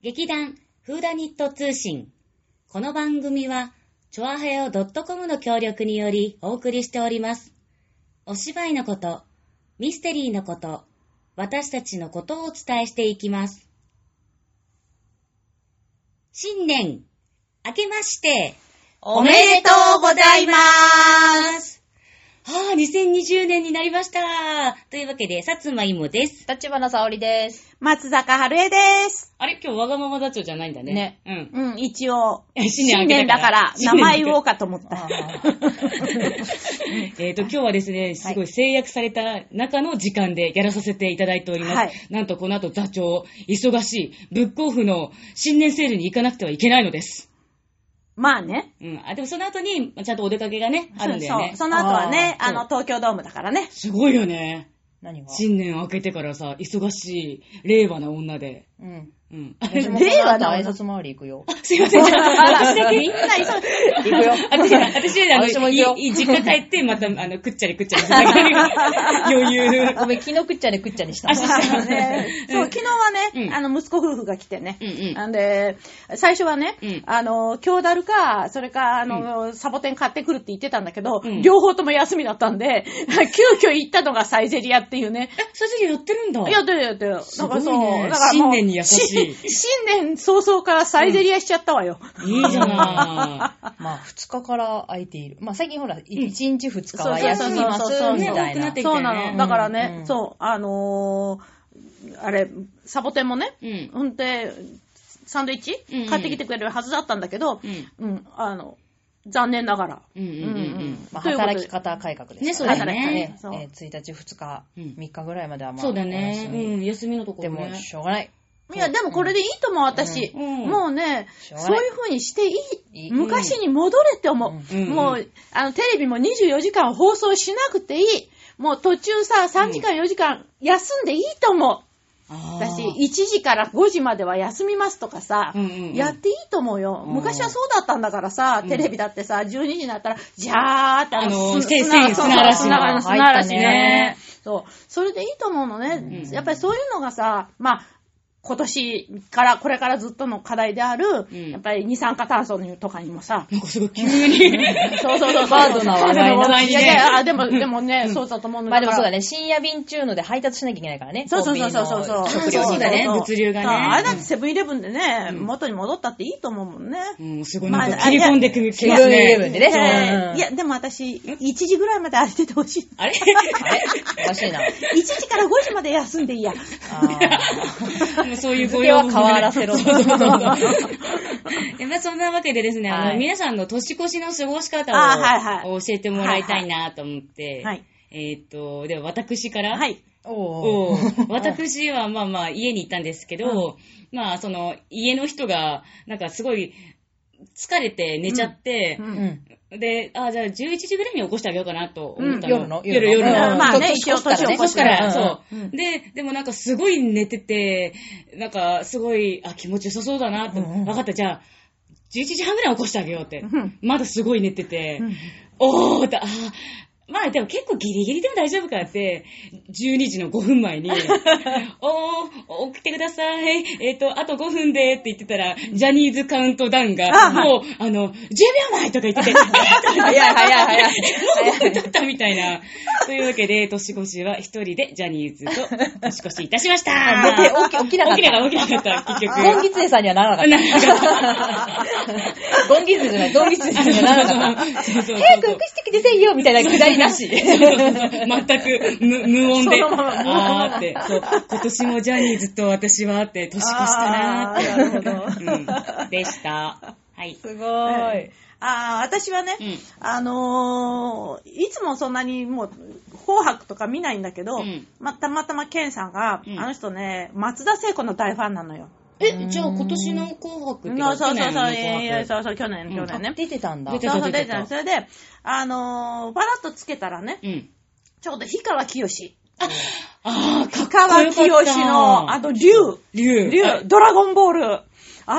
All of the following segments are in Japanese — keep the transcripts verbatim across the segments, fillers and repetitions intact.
劇団フーダニット通信。この番組はチョアヘオ .com の協力によりお送りしております。お芝居のこと、ミステリーのこと、私たちのことをお伝えしていきます。新年明けましておめでとうございます。 はあ、にせんにじゅうねんになりました。というわけで、さつまいもです。 立花沙織です。 松坂春江です。 あれ今日わがまま座長じゃないんだね。 ね。 うん。 うん、一応。 新年新年だから、名前言おうかと思った。 えっと、今日はですね、すごい制約された中の時間でやらさせていただいております。はい、なんとこの後座長、忙しい、ブックオフの新年セールに行かなくてはいけないのです。 まあね。 うん。あ、でもその後に、ちゃんとお出かけがね、あるんだよね。 そう、その後はね、あ, あの、東京ドームだからね。 すごいよね。 何が？ 新年明けてからさ、忙しい、令和な女で。 うん。 うん。 私も令和の挨拶回り行くよ。 あ、すいません。じゃあ、私だけみんな急い行くよ。 私、私、あの、 私も行くよ。 実家帰って、また、あの、くっちゃりくっちゃり。余裕。 ごめん、昨日くっちゃりくっちゃりした。 あ、そうね。そう、昨日はね、あの、息子夫婦が来てね。 うんうん。 んで、最初はね、 うん、 あの、京ダルか、それか、あの、うん、サボテン買ってくるって言ってたんだけど、 うん、 両方とも休みだったんで、急遽行ったのがサイゼリアっていうね。 え、サイゼリアやってるんだ。 やってるやってる。 すごいね。だから新年に優しい。 新年早々からサイゼリアしちゃったわよ。 うん、いいじゃない。 まあ、二日から空いている。まあ、最近ほら、一日二日は休みますみたいな。 そうなの。だからね、うん、そう、あのー、あれ、サボテンもね、うん、ほんで、サンドイッチ、うんうん、買ってきてくれるはずだったんだけど、うん、うん、あの、残念ながら。 うんうんうんうんまあ、働き方改革ですね。 そうだね。 えー、ついたち、ふつか、みっかぐらいまではまあ、 そうだね。うん、休みのところね。でも、しょうがない。 いや、でもこれでいいと思う、私。うん、もうね、そういう風にしていい。うん、昔に戻れって思う。うん、もう、あの、テレビもにじゅうよじかん放送しなくていい。もう途中さ、さんじかんよじかん休んでいいと思う。私、いちじからごじまでは休みますとかさ、うんうんうん、やっていいと思うよ。昔はそうだったんだからさ、テレビだってさ、じゅうにじになったら、じゃーってあの、 砂嵐の。砂嵐ね。そう。それでいいと思うのね。うん、やっぱりそういうのがさ、まあ、今年から、これからずっとの課題である、うん、やっぱり二酸化炭素とかにもさ。 なんかすごい急に。 そうそうそう。 バードな話題話題にね。 いやいや、あ、でも、でもね、うん、そうだと思うんだまあでもそうだね、深夜便中ので配達しなきゃいけないからね。 そうそうそうそうそう。 食料そうだね、物流がね。 あれだってセブンイレブンでね、うん、元に戻ったっていいと思うもんね。 うん、すごいなんか切り込んでくるセブンイレブンでね。 いや、でも私、いちじぐらいまで歩いててほしい。 あれあれおかしいな。 いちじからごじまで休んでいいや。 あそういうご要望変わらせろ。 そうそうそうそう。まあそんなわけでですね、はい、あの皆さんの年越しの過ごし方を、はいはい、教えてもらいたいなと思って、はいはい、えっと、では私から、 はい、 お私はまあまあ家に行ったんですけど、うん、まあその家の人がなんかすごい疲れて寝ちゃって、うんうん、で、あ、じゃあじゅういちじぐらいに起こしてあげようかなと思ったの。 うん、夜の夜、夜の。 まあね、一応年を起こすから、そう、うん。で、でもなんかすごい寝てて、なんかすごい、あ、気持ちよさそうだなって。うんうん、分かった、じゃあ、じゅういちじはんぐらい起こしてあげようって。うん、まだすごい寝てて、うん、おーって、あまあでも結構ギリギリでも大丈夫かって、じゅうにじのごふんまえに、おー、起きてください。えっ、ー、と、あとごふんでって言ってたら、ジャニーズカウントダウンが、もう、あの、じゅうびょうまえとか言ってて、早い早い早い。 もうごふん経ったみたいな。というわけで、年越しは一人でジャニーズと年越しいたしました。 寝て起き、起きなかった。 起きなかった、起きなかった、結局。 ゴンギツネさんにはならなかった。ならなかった。ゴンギツネじゃない、ゴンギツネさんにはならなかった。早く起こしてきてせいよみたいなくだりなし。 全く 無, 無音で、あーって、そう、今年もジャニーズと私はって、年越したなーって。 なるほど、 うん。でした。はい。 すごい。あー、私はね、うん、あのー、いつもそんなにもう、紅白とか見ないんだけど、うん、またまたまケンさんが、うん、あの人ね、松田聖子の大ファンなのよ。 え、じゃあ今年の紅白ってか、 そうそうそう、いやそうそう、去年、去年ね、うん。 出てたんだ。 出てた、出てた。それで、あのー、パラッとつけたらね、うん、ちょうど氷川きよし。 あ、あ氷川きよしの、あと、竜。 竜。 竜。ドラゴンボール。あ、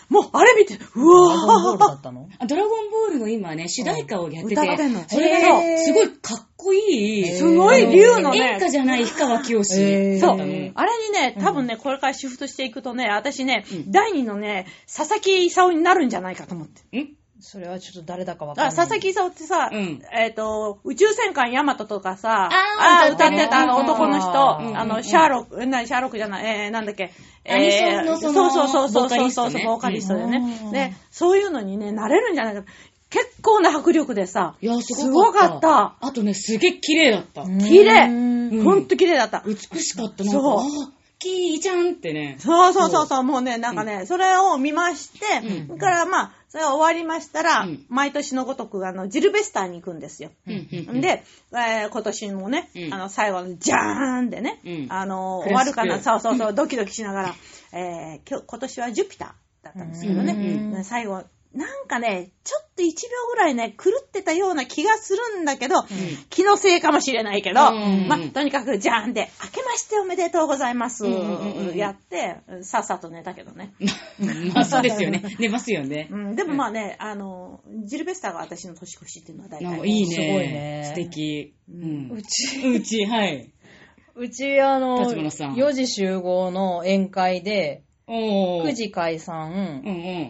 もうあれ見て、うわドラゴンボールだったの？ あ、ドラゴンボールの今ね、主題歌をやってて、 歌ってんの。 それがね、すごいかっこいい。 すごい竜のね。 演歌じゃない氷川きよし。 そう。あれにね、多分ね、これからシフトしていくとね、私ね、だいにのね、佐々木勲になるんじゃないかと思って。 んそれはちょっと誰だかわかんない。 あ、佐々木勲ってさ、えっと、宇宙戦艦ヤマトとかさ、 ああ、歌ってたあの男の人、あの、シャーロック、なシャーロックじゃない、えー、なんだっけ。 アニソンのその、 そうそうそうそうそうそう、ボーカリストでね。で、そういうのにね、なれるんじゃないか。結構な迫力でさ、 いや、 すごかった。 あとね、すげえ綺麗だった。 綺麗。ほんと綺麗だった。 美しかった。そう。キーちゃんってね。 そうそうそうそう、もうね、なんかね、それを見まして、それからまあ、それが終わりましたら、毎年のごとく、あの、ジルベスターに行くんですよ。で、今年もね、あの、最後のジャーンでね、あの、終わるかな、そうそうそう、ドキドキしながら、えー、今年はジュピターだったんですけどね、最後、なんかね、ちょっといちびょうぐらいね、狂ってたような気がするんだけど、うん、気のせいかもしれないけど、うん、ま、とにかくジャーンで、明けましておめでとうございます、うんうんうん、やって、さっさと寝たけどね。 まあそうですよね。寝ますよね。 うん、でもまあね、あの、ジルベスターが私の年越しっていうのは大体、 いいね。 すごいね。 素敵。 うん、うち、 うち、はい。 うち、あの、よじ集合の宴会で、くじ解散、うんうん、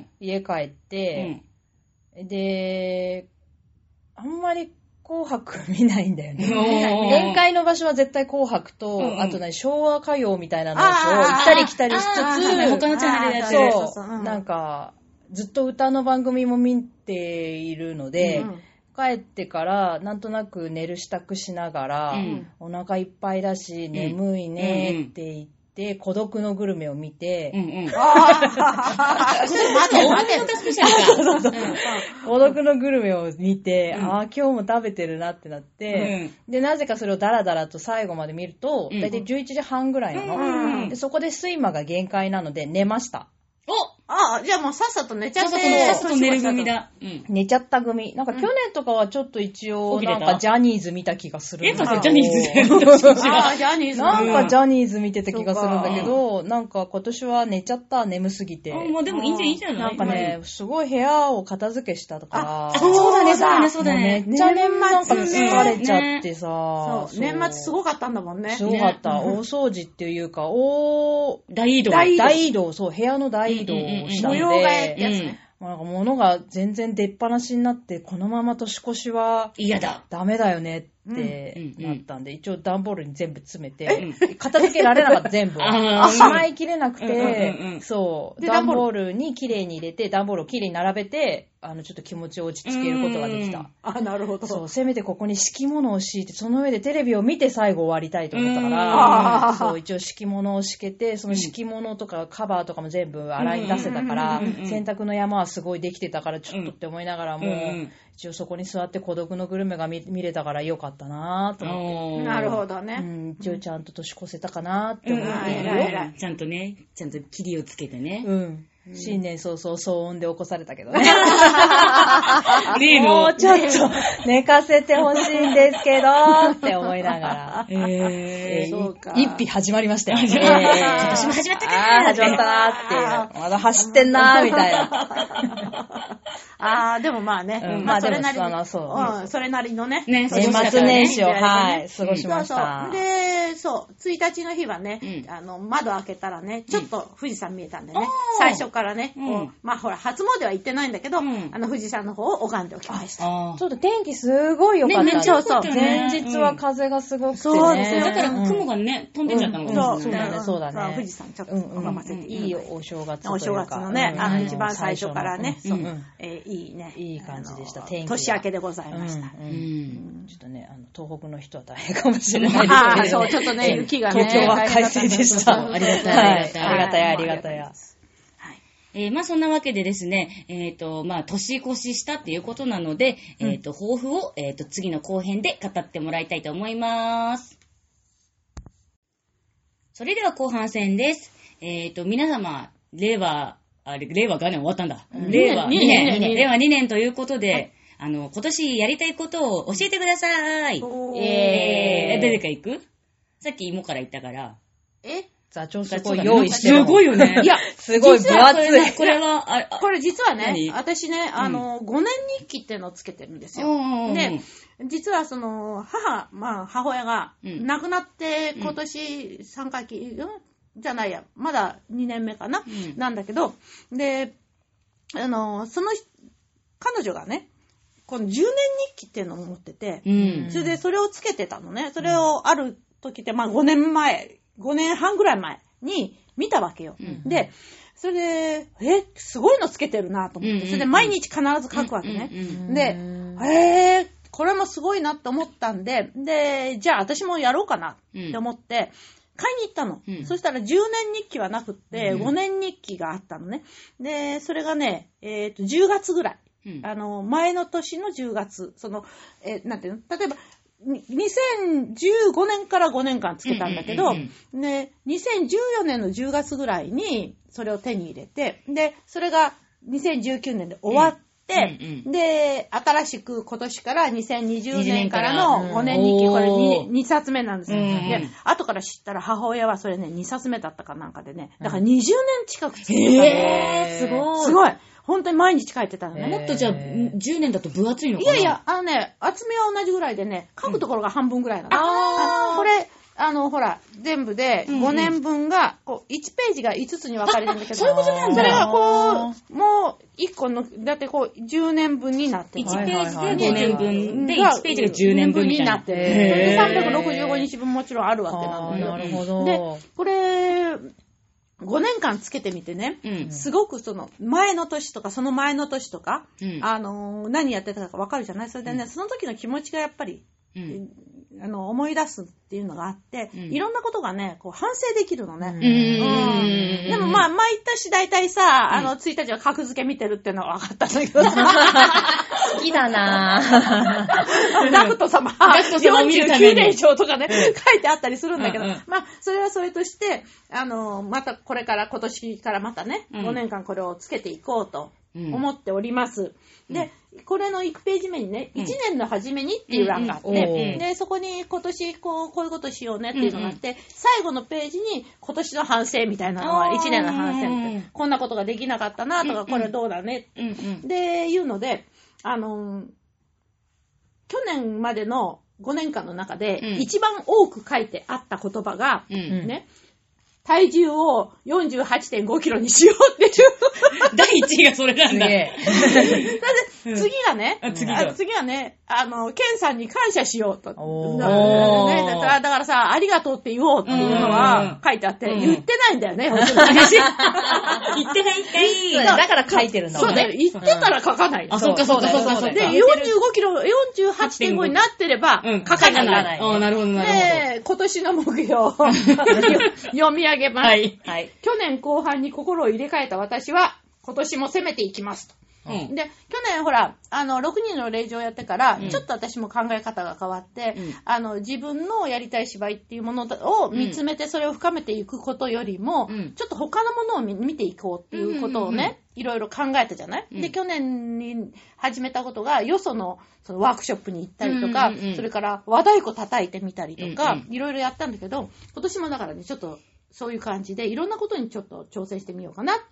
家帰って、うん、で、あんまり紅白見ないんだよね。宴会の場所は絶対紅白と、うんうん、あとね、昭和歌謡みたいなのを行ったり来たりしつつ、 他のチャンネルでやってる。 そう、うん、なんか、ずっと歌の番組も見ているので、うん、帰ってからなんとなく寝る支度しながら、うん、お腹いっぱいだし、眠いねって言って、で、孤独のグルメを見て、うんうん、あちょっと待って、待って、スペシャルか。そうそうそう孤独のグルメを見て、うん、ああ、今日も食べてるなってなって、うん、で、なぜかそれをダラダラと最後まで見ると、だいたいじゅういちじはんぐらいなの、うん、で。そこで睡魔が限界なので寝ました。 おああ、じゃあもうさっさと寝ちゃって。 さっさと寝る組だ。 うん、寝ちゃった組。なんか去年とかはちょっと一応、なんかジャニーズ見た気がする。 え、待って、ジャニーズああ、ジャニーズ。 なんかジャニーズ見てた気がするんだけど、なんか今年は寝ちゃった、眠すぎて。 あ、まあでもいいんじゃいいじゃない。 なんかね、すごい部屋を片付けしたとか。 あ、そうだね、そうだね、そうだね。 めっちゃ年末なんか疲れちゃってさ。 そう、年末すごかったんだもんね。 すごかった。大掃除っていうか、大、 大移動。 大移動、そう、部屋の大移動をしたので。ってやつね。うん、なんか物が全然出っ放しになって、このまま年越しは嫌だ。 ダメだよねってなったんで、うんうん、一応段ボールに全部詰めて、片付けられなかった全部。しまいきれなくて、うんうんうん、そう、段ボールに綺麗に入れて、段ボールを綺麗に並べて、あの、ちょっと気持ちを落ち着けることができた。 あ、なるほど。 そう、せめてここに敷物を敷いて、その上でテレビを見て最後終わりたいと思ったから、そう、一応敷物を敷けて、その敷物とかカバーとかも全部洗い出せたから、洗濯の山はすごいできてたから、ちょっとって思いながらも、一応そこに座って孤独のグルメが 見, 見れたからよかったなと思って。 なるほどね。 うん、一応ちゃんと年越せたかなって思ってるよ、 うん。ちゃんとね、ちゃんと切りをつけてね。 うん。新年早々騒音で起こされたけどね。 例の。 もうちょっと寝かせてほしいんですけどって思いながら。 えー、そうか。一匹始まりましたよ。えー、 今年も始まったかー。始まったなーっていう。まだ走ってんなーみたいな。 あー、でもまあね。 うん、まあそれなりに。そう。うん、それなりのね。 ね、年末年始を、はい、過ごしました。 そうそう。で、そう、ついたちの日はね、あの、窓開けたらね、ちょっと富士山見えたんでね、最初からね、まあほら、初詣は行ってないんだけど、あの、富士山の方を拝んでおきました。 ちょっと天気すごい良かった。 そうそう。 前日は風がすごくてね。 そうですね。 だから雲がね、飛んでっちゃったのかもしれない。 そうだね。 富士山ちょっと拝ませて。 いいお正月。 お正月のね、あの、一番最初からね、いいね。 いい感じでした。天気年明けでございました。ちょっとね、あの、東北の人は大変かもしれないですけど。 そう、ちょっとね、雪がね。 東京は快晴でした。 ありがたい。 ありがたい、ありがたい。 えー、まあそんなわけでですね、えっ、ー、と、まあ年越ししたっていうことなので、うん、えっ、ー、と、抱負を、えっ、と、次の後編で語ってもらいたいと思います。それでは後半戦です。えっ、と、皆様、令和、あれ、令和元年終わったんだ。うん、令和にねん、にねん、令和にねんということで、はい、あの、今年やりたいことを教えてください。えー、誰か行く？さっき芋から言ったから。 え座長すごい用意してる。すごいよね。 いや、 すごい分厚い。 これは、あこれ実はね、私ね、あの、ごねん日記っていうのをつけてるんですよ。で、実はその、母、まあ、母親が亡くなって今年さんかいき、うん、じゃないや、まだにねんめかな、うん、なんだけど、で、あの、その、彼女がね、このじゅうねん日記っていうのを持ってて、うん、それでそれをつけてたのね。それをある時って、まあごねんまえ、ごねんはんぐらい前に見たわけよ。うん、で、それで、え、すごいのつけてるなと思って、それで毎日必ず書くわけね。で、えー、これもすごいなと思ったんで、で、じゃあ私もやろうかなって思って、買いに行ったの。うん、そしたらじゅうねん日記はなくって、ごねん日記があったのね。で、それがね、えっと、じゅうがつぐらい。うん、あの、前の年のじゅうがつ。その、え、なんていうの？例えば、にせんじゅうごねんからごねんかんつけたんだけど、ね、にせんじゅうよねんのじゅうがつぐらいにそれを手に入れて、で、それがにせんじゅうきゅうねんで終わって、うんうん、で、新しく今年からにせんにじゅうねんからのごねん日記、これ 2, にさつめなんですよ、うん。で、後から知ったら母親はそれね、にさつめだったかなんかでね、だからにじゅうねん近くつけてた、 ね。へー、すごい。 すごい。本当に毎日書いてたのね。 もっとじゃあ、じゅうねんだと分厚いのかな？ いやいや、あのね、厚みは同じぐらいでね、書くところが半分ぐらいなの。うん、ああ、これ、あの、ほら、全部でごねんぶんが、こう、いちページがいつつに分かれるんだけど、 そういうことなんだ。 それがこう、もういっこの、だってこう、じゅうねんぶんになってる。 いちページでごねんぶんで、いちページがじゅうねんぶんになってる。 で、さんびゃくろくじゅうごにちぶんもちろんあるわけなので。 なるほど。 で、これ、ごねんかんつけてみてね、うん、すごくその前の年とかその前の年とか、うん、あのー、何やってたか分かるじゃない？それでね、うん、その時の気持ちがやっぱり、うん、あの思い出すっていうのがあって、うん、いろんなことがね、こう反省できるのね。うんうん、でもまあ、毎年大体さ、あの、ついたちは格付け見てるっていうのは分かったんだけど好きだなぁ。 ダクト様、よんじゅうきゅうねん賞とかね、うん、書いてあったりするんだけど、うんうん、まあ、それはそれとして、あの、またこれから、今年からまたね、うん、ごねんかんこれをつけていこうと思っております。うん、で、これのいちページ目にね、いちねんの初めにっていう欄があって、うんうん、で、そこに今年こう、こういうことしようねっていうのがあって、うんうん、最後のページに今年の反省みたいなのは、いちねんの反省みたいな、こんなことができなかったなとか、これどうだね、うんうん、で、いうので、あの、去年までのごねんかんの中で、一番多く書いてあった言葉が、うん、ね、体重を よんじゅうはちてんごキロにしようっていう。 だいいちいがそれなんだ。だって次がね、うん、次, が次がね、あの、ケンさんに感謝しようと。ね、だからさ、ありがとうって言おうっていうのは書いてあって、うん、言ってないんだよね、私。 言ってないかい。 だから書いてるんだもんね。 そうだよ。言ってたら書かない。 あ、そっかそっかそっか。 で、よんじゅうごキロ、よんじゅうはちてんごになってれば、書かない。 あ、なるほどなるほど。 で、今年の目標、読み上げます。はい。はい。去年後半に心を入れ替えた私は、今年も攻めていきますと。うん、で、去年ほら、あの、ろくにんの令嬢やってから、うん、ちょっと私も考え方が変わって、うん、あの、自分のやりたい芝居っていうものを見つめてそれを深めていくことよりも、うん、ちょっと他のものを 見, 見ていこうっていうことをね、うんうんうん、いろいろ考えたじゃない、うん、で、去年に始めたことが、よその、そのワークショップに行ったりとか、うんうんうん、それから和太鼓叩いてみたりとか、うんうん、いろいろやったんだけど、今年もだからね、ちょっと、そういう感じで、いろんなことにちょっと挑戦してみようかなって。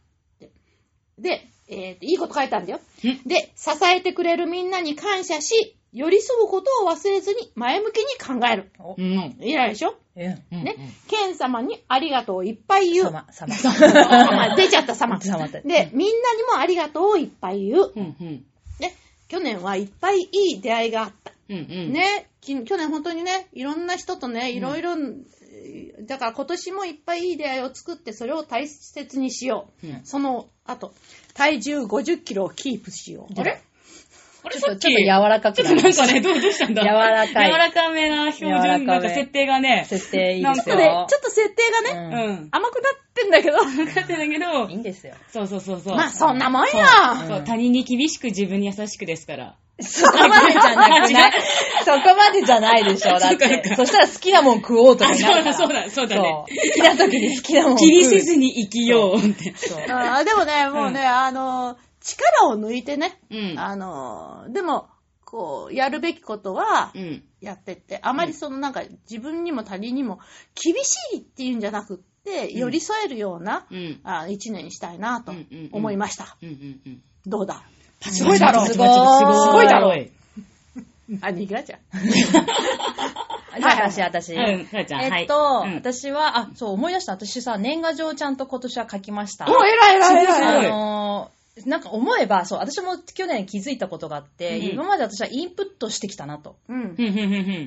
で、えーと、いいこと書いたんだよ。で、支えてくれるみんなに感謝し、寄り添うことを忘れずに前向きに考える。うん。いないでしょ、うん、ね、うん。ケン様にありがとうをいっぱい言う。 様、様。様出ちゃった様。様で、みんなにもありがとうをいっぱい言う。うんうん、で、去年はいっぱいいい出会いがあった。うんうん、ね、去年本当にね、いろんな人とね、いろいろ、うんだから今年もいっぱいいい出会いを作ってそれを大切にしよう。うん、その後、体重ごじゅっキロをキープしよう。 あれあれちょっと柔らかくなる。ちょっとなんかね、どう、どうしたんだ柔らかい。 柔らかめな標準、なんか設定がね。 設定いいですよ。 ちょっとね、ちょっと設定がね、うん、甘くなってんだけど。 甘くなってんだけど。 いいんですよ。 そうそうそうそう。 まあそんなもんよ。 そう、うん、他人に厳しく自分に優しくですから。 そこまでじゃなくないそこまでじゃないでしょ。だって。そしたら好きなもん食おうとかなるから。 そうだ、そうだ、そうだね。 好きな時に好きなもん食う。 気にせずに生きようって。 そうあでもね、もうね、うん、あの、力を抜いてね、うん、あの、でも、こう、やるべきことは、やってって、うん、あまりそのなんか自分にも他人にも厳しいっていうんじゃなくって、 って寄り添えるような、うん、あ一年にしたいなと思いました。うんうんうん、どうだ？ すごいだろう。 すごい。すごいだろう。あ、逃げちゃう。 私、私。 うん、えっと、はい、私は、あ、そう、思い出した。私さ、年賀状ちゃんと今年は書きました。 お、偉い偉い偉い。 あのー、なんか思えば、そう、私も去年気づいたことがあって、うん、今まで私はインプットしてきたなと。うん。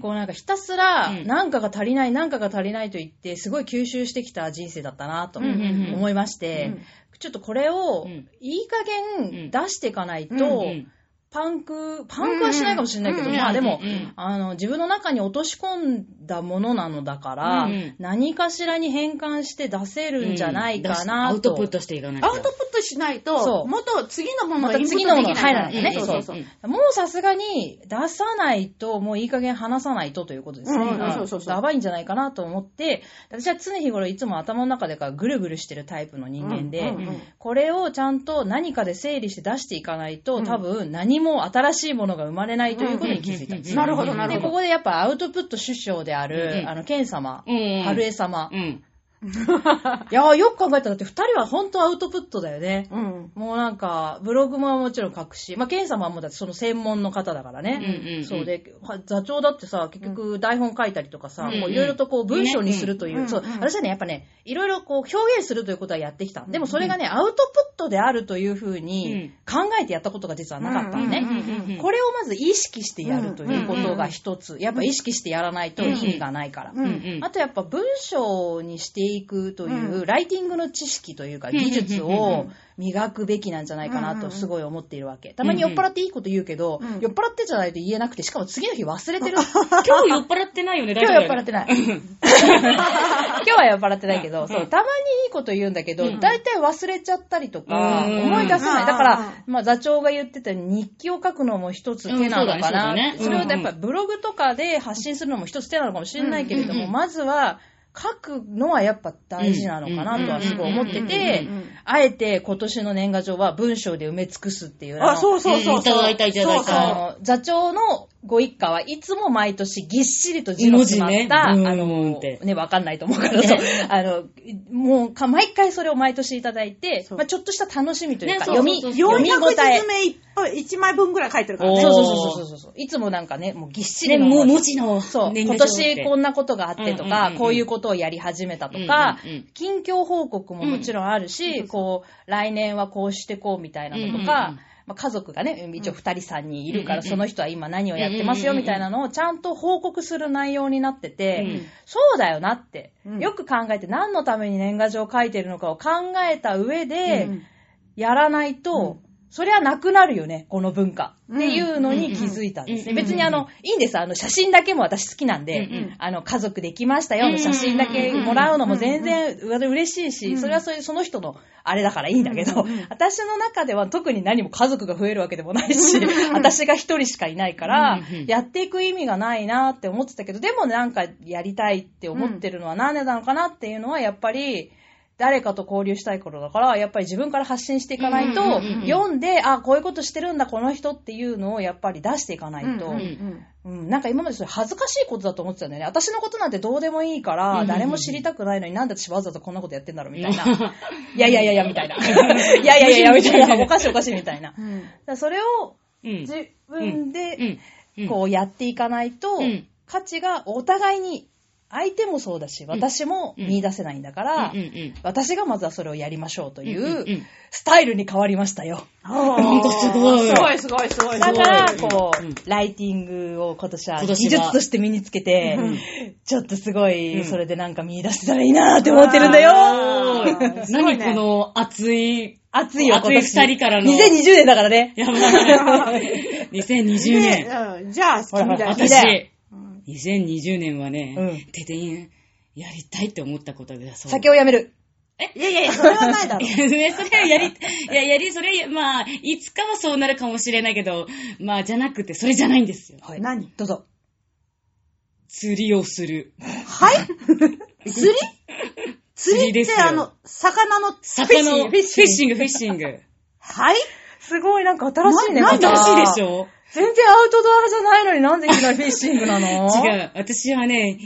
こうなんかひたすら、なんかが足りない、なんかが足りないと言って、すごい吸収してきた人生だったなと思いまして、うん、ちょっとこれを、いい加減出していかないと、うんうん、パンク、パンクはしないかもしれないけど、うんうん、まあでも、うんうん、あの、自分の中に落とし込んだものなのだから、うんうん、何かしらに変換して出せるんじゃないかなと。うん、 アウトプットしていかないと。 アウトプットしないと、そうもっと次のものがインプットできない。 また次のものが入らないね。 そうそうそう。 もうさすがに出さないと、もういい加減話さないとということですね。うんうん、そうそうそう。やばいんじゃないかなと思って、私は常日頃いつも頭の中でからぐるぐるしてるタイプの人間で、うんうんうん、これをちゃんと何かで整理して出していかないと、多分何も新しいものが生まれないということに気づいたんです。 なるほど、なるほど。 で、ここでやっぱアウトプット首相である、うんうん、あの、ケン様、うんうん、春江様、うんいやーよく考えたらだって二人は本当アウトプットだよね。うん、もうなんかブログももちろん書くし、まあケン様はもうだってその専門の方だからね。うんうんうん、そうで座長だってさ結局台本書いたりとかさ、いろいろとこう文章にするという、ね、そう、うんうん、私はねやっぱねいろいろこう表現するということはやってきた。でもそれがね、うん、アウトプットであるというふうに考えてやったことが実はなかったのね。これをまず意識してやるということが一つ。やっぱ意識してやらないと意味がないから。うんうん、あとやっぱ文章にしていくという、うん、ライティングの知識というか技術を磨くべきなんじゃないかなとすごい思っているわけ。たまに酔っ払っていいこと言うけど、うんうん、酔っ払ってじゃないと言えなくて、しかも次の日忘れてる。 今日酔っ払ってないよね、大丈夫？ 今日酔っ払ってない。今日は酔っ払ってないけど、そう、たまにいいこと言うんだけど、うん、大体忘れちゃったりとか、思い出せない。だから、まあ座長が言ってたように日記を書くのも一つ手なのかな。うん、そ, ねそ, ねそれをやっぱブログとかで発信するのも一つ手なのかもしれないけれども、うんうんうん、まずは、書くのはやっぱ大事なのかなとはすごい思ってて、あえて今年の年賀状は文章で埋め尽くすっていう。 あ、そうそうそう。 いただいたいただいた。 座長のご一家はいつも毎年ぎっしりと字の詰まった、ね、あの、ね、わかんないと思うから、ね、あの、もうか、毎回それを毎年いただいて、まあ、ちょっとした楽しみというか、ね、読み、読み応え。 よんひゃくじつめいちまいぶんぐらい書いてるからね。 そうそうそうそうそう。いつもなんかね、もうぎっしりの。 ね、もう文字の。 そう。今年こんなことがあってとか、うんうんうんうん、こういうことをやり始めたとか、うんうんうん、近況報告ももちろんあるし、うん、こう、来年はこうしてこうみたいなのとか、うんうんうんまあ、家族がね、一応二人さんにんいるから、その人は今何をやってますよみたいなのをちゃんと報告する内容になってて、うん、そうだよなって、うん、よく考えて何のために年賀状を書いてるのかを考えた上で、やらないと、うんそれはなくなるよね、この文化。っていうのに気づいたんですね。別にあの、いいんです。あの、写真だけも私好きなんで、うんうん、あの、家族できましたよの写真だけもらうのも全然嬉しいし、それはそういうその人のあれだからいいんだけど、私の中では特に何も家族が増えるわけでもないし、私が一人しかいないから、やっていく意味がないなって思ってたけど、でもなんかやりたいって思ってるのは何でなのかなっていうのはやっぱり、誰かと交流したい頃だから、やっぱり自分から発信していかないと、うんうんうんうん、読んで、あ、こういうことしてるんだ、この人っていうのをやっぱり出していかないと、うんうんうん、なんか今までそれ恥ずかしいことだと思ってたんだよね。私のことなんてどうでもいいから、うんうんうん、誰も知りたくないのになんで私わざわざこんなことやってんだろうみたいな。いやいやいやいや、みたいな。いやいやいやいや、みたいな。おかしいおかしいみたいな。うん、だそれを自分でこうやっていかないと、うん、価値がお互いに相手もそうだし、私も見出せないんだから、うんうんうん、私がまずはそれをやりましょうというスタイルに変わりましたよ。 ほんとすごい。 すごいすごいすごい。 だから、こう、うん、ライティングを今年は技術として身につけて、うん、ちょっとすごい、それでなんか見出せたらいいなーって思ってるんだよ。 何この熱い、 熱いよ、 熱い二人からの。 にせんにじゅうねんだからね。やばい。にせんにじゅうねん。 ね、じゃあ、 ほらほら私。にせんにじゅうねんはね、うん、ててんやりたいって思ったことでそう。 酒をやめる。 えいやいやいや、それはないだろ。 いや、それはやり、いや、やり、それ、まあ、いつかはそうなるかもしれないけど、まあ、じゃなくて、それじゃないんですよ。 はい。何？どうぞ。 釣りをする。 はい釣り釣りですよ。あの、魚の、 魚の、フィッシング、フィッシング。 はいすごい、なんか新しいね。 新しいでしょ？ 全然アウトドアじゃないのになんでいきなりフィッシングなの？ 違う。私はね、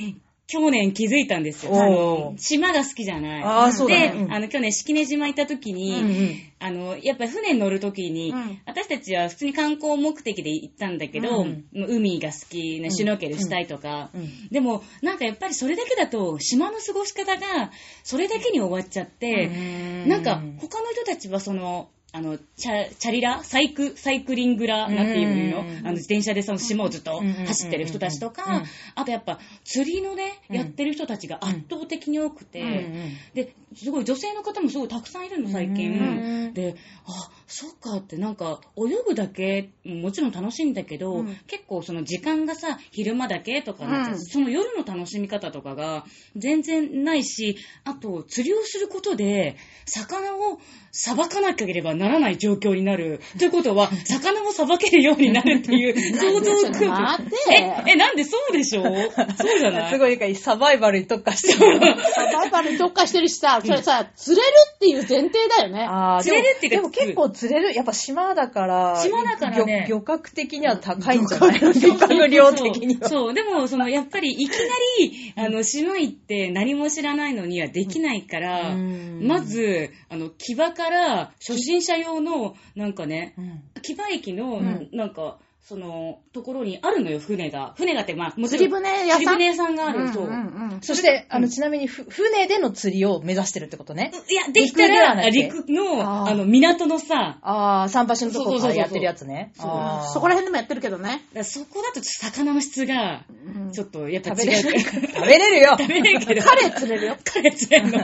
去年気づいたんですよ。あの島が好きじゃない。 ああ、そうだね。 で、うん、あの、去年、式根島行った時に、うんうん、あの、やっぱり船に乗る時に、うん、私たちは普通に観光目的で行ったんだけど、うん、海が好き、ね、シュノーケルしたいとか、うんうん、でも、なんかやっぱりそれだけだと、島の過ごし方が、それだけに終わっちゃって、うん、なんか、他の人たちはその、あの、チャ、チャリラサイク、サイクリングラなんていうの、あの、自転車でその島をずっと走ってる人たちとか、あとやっぱ、釣りのね、やってる人たちが圧倒的に多くて、で、すごい女性の方もすごいたくさんいるの、最近。で、あ、そっかってなんか、泳ぐだけ、もちろん楽しいんだけど、うん、結構その時間がさ、昼間だけとかなっちゃう、うん、その夜の楽しみ方とかが全然ないし、あと、釣りをすることで、魚をさばかなければならない状況になる。ということは、魚もさばけるようになるっていう想像空間。え、え、なんでそうでしょうそうじゃないすごいかい、サバイバルに特化してる。 サバイバルに特化してるしさ、それさ、釣れるっていう前提だよね。 ああ、釣れるっていうか、でも結構釣れる。やっぱ島だから、 島だからね、 漁獲的には高いんじゃないの？漁獲量的には。 そう、でも、その、やっぱりいきなり、あの、島行って何も知らないのにはできないから、まず、あの、木場から初心者用の、なんかね、木場駅の、なんか、その、ところにあるのよ、船が。船がって、まあ、もちろん。 釣り船屋さん。 釣り船屋さんがある。そう。 そして、あの、ちなみに、船での釣りを目指してるってことね。 いや、できたら、陸の、あの、港のさ、 ああ、桟橋のとこからやってるやつね。 そう。そこら辺でもやってるけどね。 そこだと、魚の質が、ちょっと、やっぱ違う。 食べれるよ。 食べれるけど。 カレー釣れるよ。 カレー釣れるの。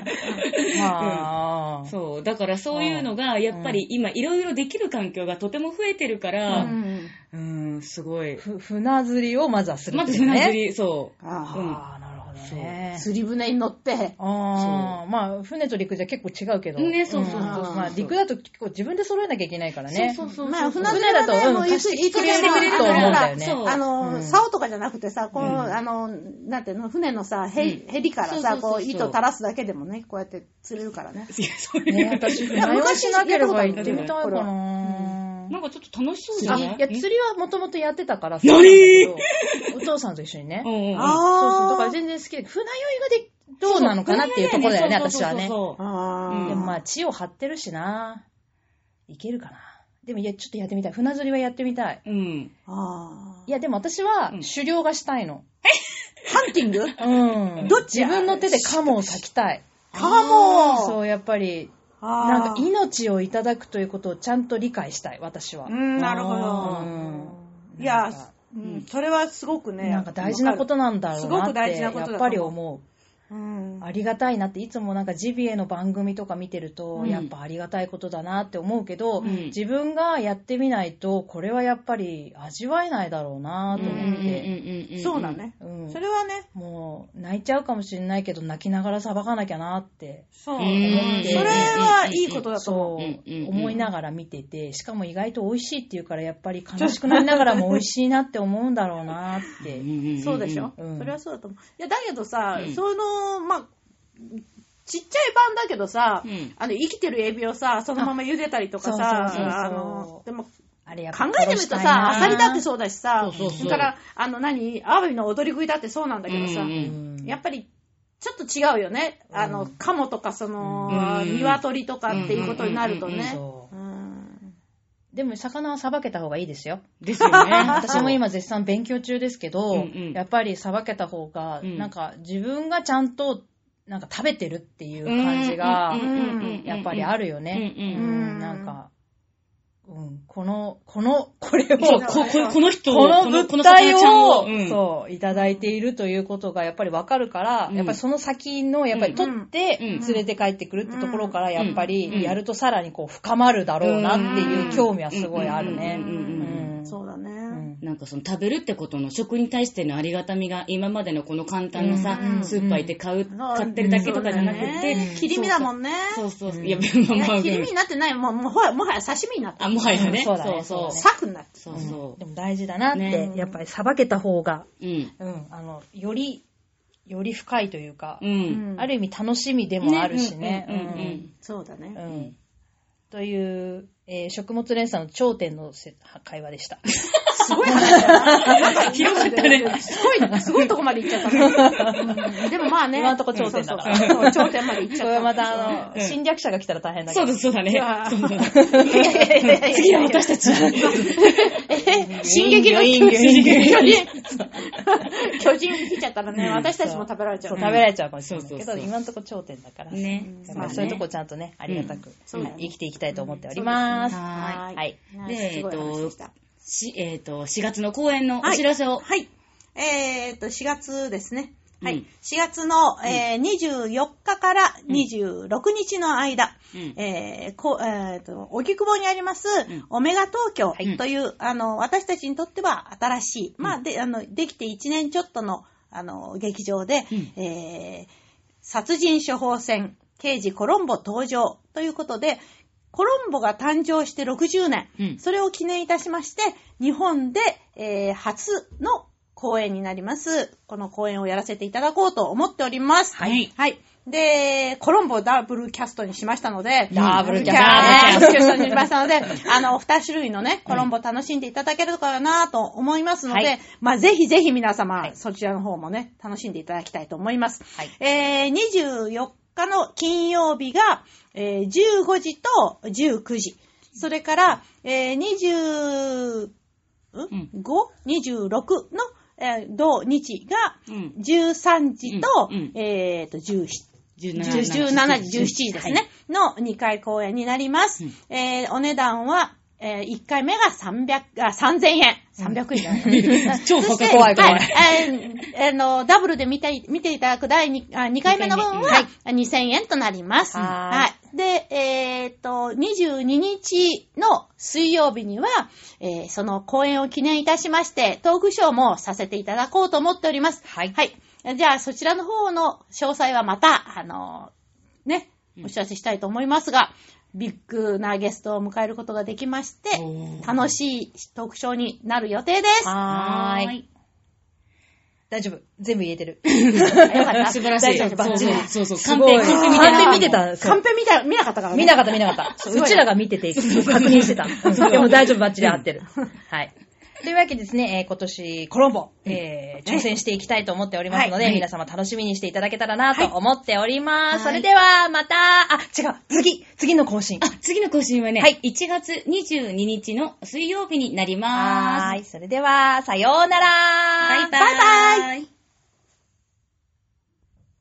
まあ。 そう。だから、そういうのが、やっぱり今、いろいろできる環境がとても増えてるから、うん、すごい。 ふ、船釣りをまずはする、ね。 まず船釣り、そう。 ああ、うん、なるほどね。 釣り船に乗って。 ああ、まあ、船と陸じゃ結構違うけど。 ね、そうそうそう。 まあ、陸だと結構自分で揃えなきゃいけないからね。 そうそうそう。まあ、船だと、うん、貸してくれると思うんだよね。あの、竿とかじゃなくてさ、この、あの、なんていうの、船のさ、ヘリからさ、こう、糸垂らすだけでもね、こうやって釣れるからね。 ね、私、船酔いしなければ行ってみたいかな。 なんかちょっと楽しそうじゃない？ いや、釣りはもともとやってたからさ。 何？ お父さんと一緒にね。 うんうん、 ああ。そうそう。だから全然好きで、船酔いがで、どうなのかなっていうところだよね、私はね。そうそうそう。あでもまあ、血を張ってるしな。いけるかな。でも、いや、ちょっとやってみたい。船釣りはやってみたい。 うん。 ああ。いや、でも私は、狩猟がしたいの。 えハンティング？ うん。 どっち？ 自分の手でカモを裂きたい。 カモ！ そう、やっぱり。なんか命をいただくということをちゃんと理解したい、私は。 うん、なるほど。うん、いや、うん、それはすごくね。 なんか大事なことなんだろうなって、すごく大事なことだとやっぱり思う。うん、ありがたいなって、いつもなんかジビエの番組とか見てると、うん、やっぱありがたいことだなって思うけど、うん、自分がやってみないとこれはやっぱり味わえないだろうなと思って。 そうだね、うん、それはね、 もう泣いちゃうかもしれないけど泣きながらさばかなきゃなってそう思って、それはいいことだと思う、 そう思いながら見てて、しかも意外と美味しいっていうからやっぱり悲しくなりながらも美味しいなって思うんだろうなってそうでしょ、うん、それはそうだと思う。いやだけどさ、うん、そのまあ、ちっちゃい版だけどさ、うん、あの生きてるエビをさ、そのまま茹でたりとかさ、あの、でも、あれやっぱ考えてみるとさ、アサリだってそうだしさ、それから、あの何、アワビの踊り食いだってそうなんだけどさ、うんうん、やっぱり、ちょっと違うよね。うん、あの、カモとか、その、うん、鶏とかっていうことになるとね。 でも魚はさばけた方がいいですよ。 ですよね。 私も今絶賛勉強中ですけど、うんうん、やっぱりさばけた方が、うん、なんか自分がちゃんとなんか食べてるっていう感じがやっぱりあるよね。なんか、うん、このこのこれをここの人この物体を、うん、そういただいているということがやっぱりわかるから、うん、やっぱりその先のやっぱり取って連れて帰ってくるってところからやっぱりやるとさらにこう深まるだろうなっていう興味はすごいあるね。 そうだね。 なんかその食べるってことの食に対してのありがたみが今までのこの簡単なさ、うん、スーパー行って買う、うん、買ってるだけとかじゃなくて、 ね、切り身だもんね。 そうそうそう。 いや、まあ、切り身になってない。もうもはやもはや刺身になってる。 あ、もはやね。 そうだね。 そうそう。サクになってる。 そうそう。でも大事だなって、ね、やっぱりさばけた方が、うん、うん、あのよりより深いというか、うん、ある意味楽しみでもあるしね。 そうだね。 うんという、えー、食物連鎖の頂点の会話でした。 すごい話だな。 広かったね。 すごい、すごいとこまで行っちゃったね。でもまあね。 今のとこ頂点だから。 そう頂点まで行っちゃった。 これまたあの、侵略者が来たら大変だけど。 そうだ、そうだね。 次は私たち。 え、進撃の巨人。巨人来ちゃったらね、私たちも食べられちゃう。 食べられちゃうかもしれないけど、今のとこ頂点だから。 ね。 そういうとこちゃんとね、ありがたく生きていきたいと思っております。 はい。 はい。 で、えっと、し、えっと、しがつの公演のお知らせを。 はい。えっと、しがつですね。はい。しがつの、えー、にじゅうよっかからにじゅうろくにちの間、うん、えー、こえー、と、荻窪にあります、うん、オメガ東京という、うん、あの、私たちにとっては新しい、うん、まあ、で、あの、できていちねんちょっとの、あの、劇場で、うん、えー、殺人処方箋、刑事コロンボ登場ということで、コロンボが誕生してろくじゅうねん、うん、それを記念いたしまして、日本で、えー、初の公演になります。この公演をやらせていただこうと思っております。 はい。 はい。で、コロンボをダブルキャストにしましたので、 ダブルキャストにしましたので、あの、二種類のね、コロンボを楽しんでいただけるかなと思いますので、はい、まあ、ぜひぜひ皆様、はい、そちらの方もね、楽しんでいただきたいと思います。はい。えー、にじゅうよっかの金曜日が、えー、じゅうごじとじゅうくじ。それから、えー、にじゅうご、にじゅうろくの、えー、土日がじゅうさんじと、うんうん、えーと、じゅうしちじ、じゅうしちじ、じゅうしちじですね、はい、のにかい公演になります。うん、えー、お値段は、えー、いっかいめがさんびゃく、あ、さんぜんえん。さんびゃくえんじゃない。 超高い怖い怖い。 はい、えー、あの、ダブルで見て、見ていただく第 2, あにかいめの分はにせんえんとなります。はい。はい。で、えー、っと、にじゅうににちの水曜日には、えー、その公演を記念いたしまして、トークショーもさせていただこうと思っております。はい。はい。じゃあ、そちらの方の詳細はまた、あの、ね、お知らせしたいと思いますが、ビッグなゲストを迎えることができまして、楽しいトークショーになる予定です。 はーい。大丈夫。全部言えてる。 よかった。 素晴らしい。 大丈夫。バッチリ。 そうそう。カンペ、 カンペ見てた。カンペ見てた。 カンペ見た、見なかったからね。 見なかった、見なかった。うちらが見てて、確認してた。でも大丈夫、バッチリ合ってる。はい。というわけでですね、えー、今年コロンボ、えー、挑戦していきたいと思っておりますので、はい、皆様楽しみにしていただけたらなと思っております。はい、それでは、また、あ、違う、次、次の更新。 あ、次の更新はね、はい、いちがつにじゅうににちの水曜日になります。 はい、それでは、さようなら。 バイバイ。バイバイ。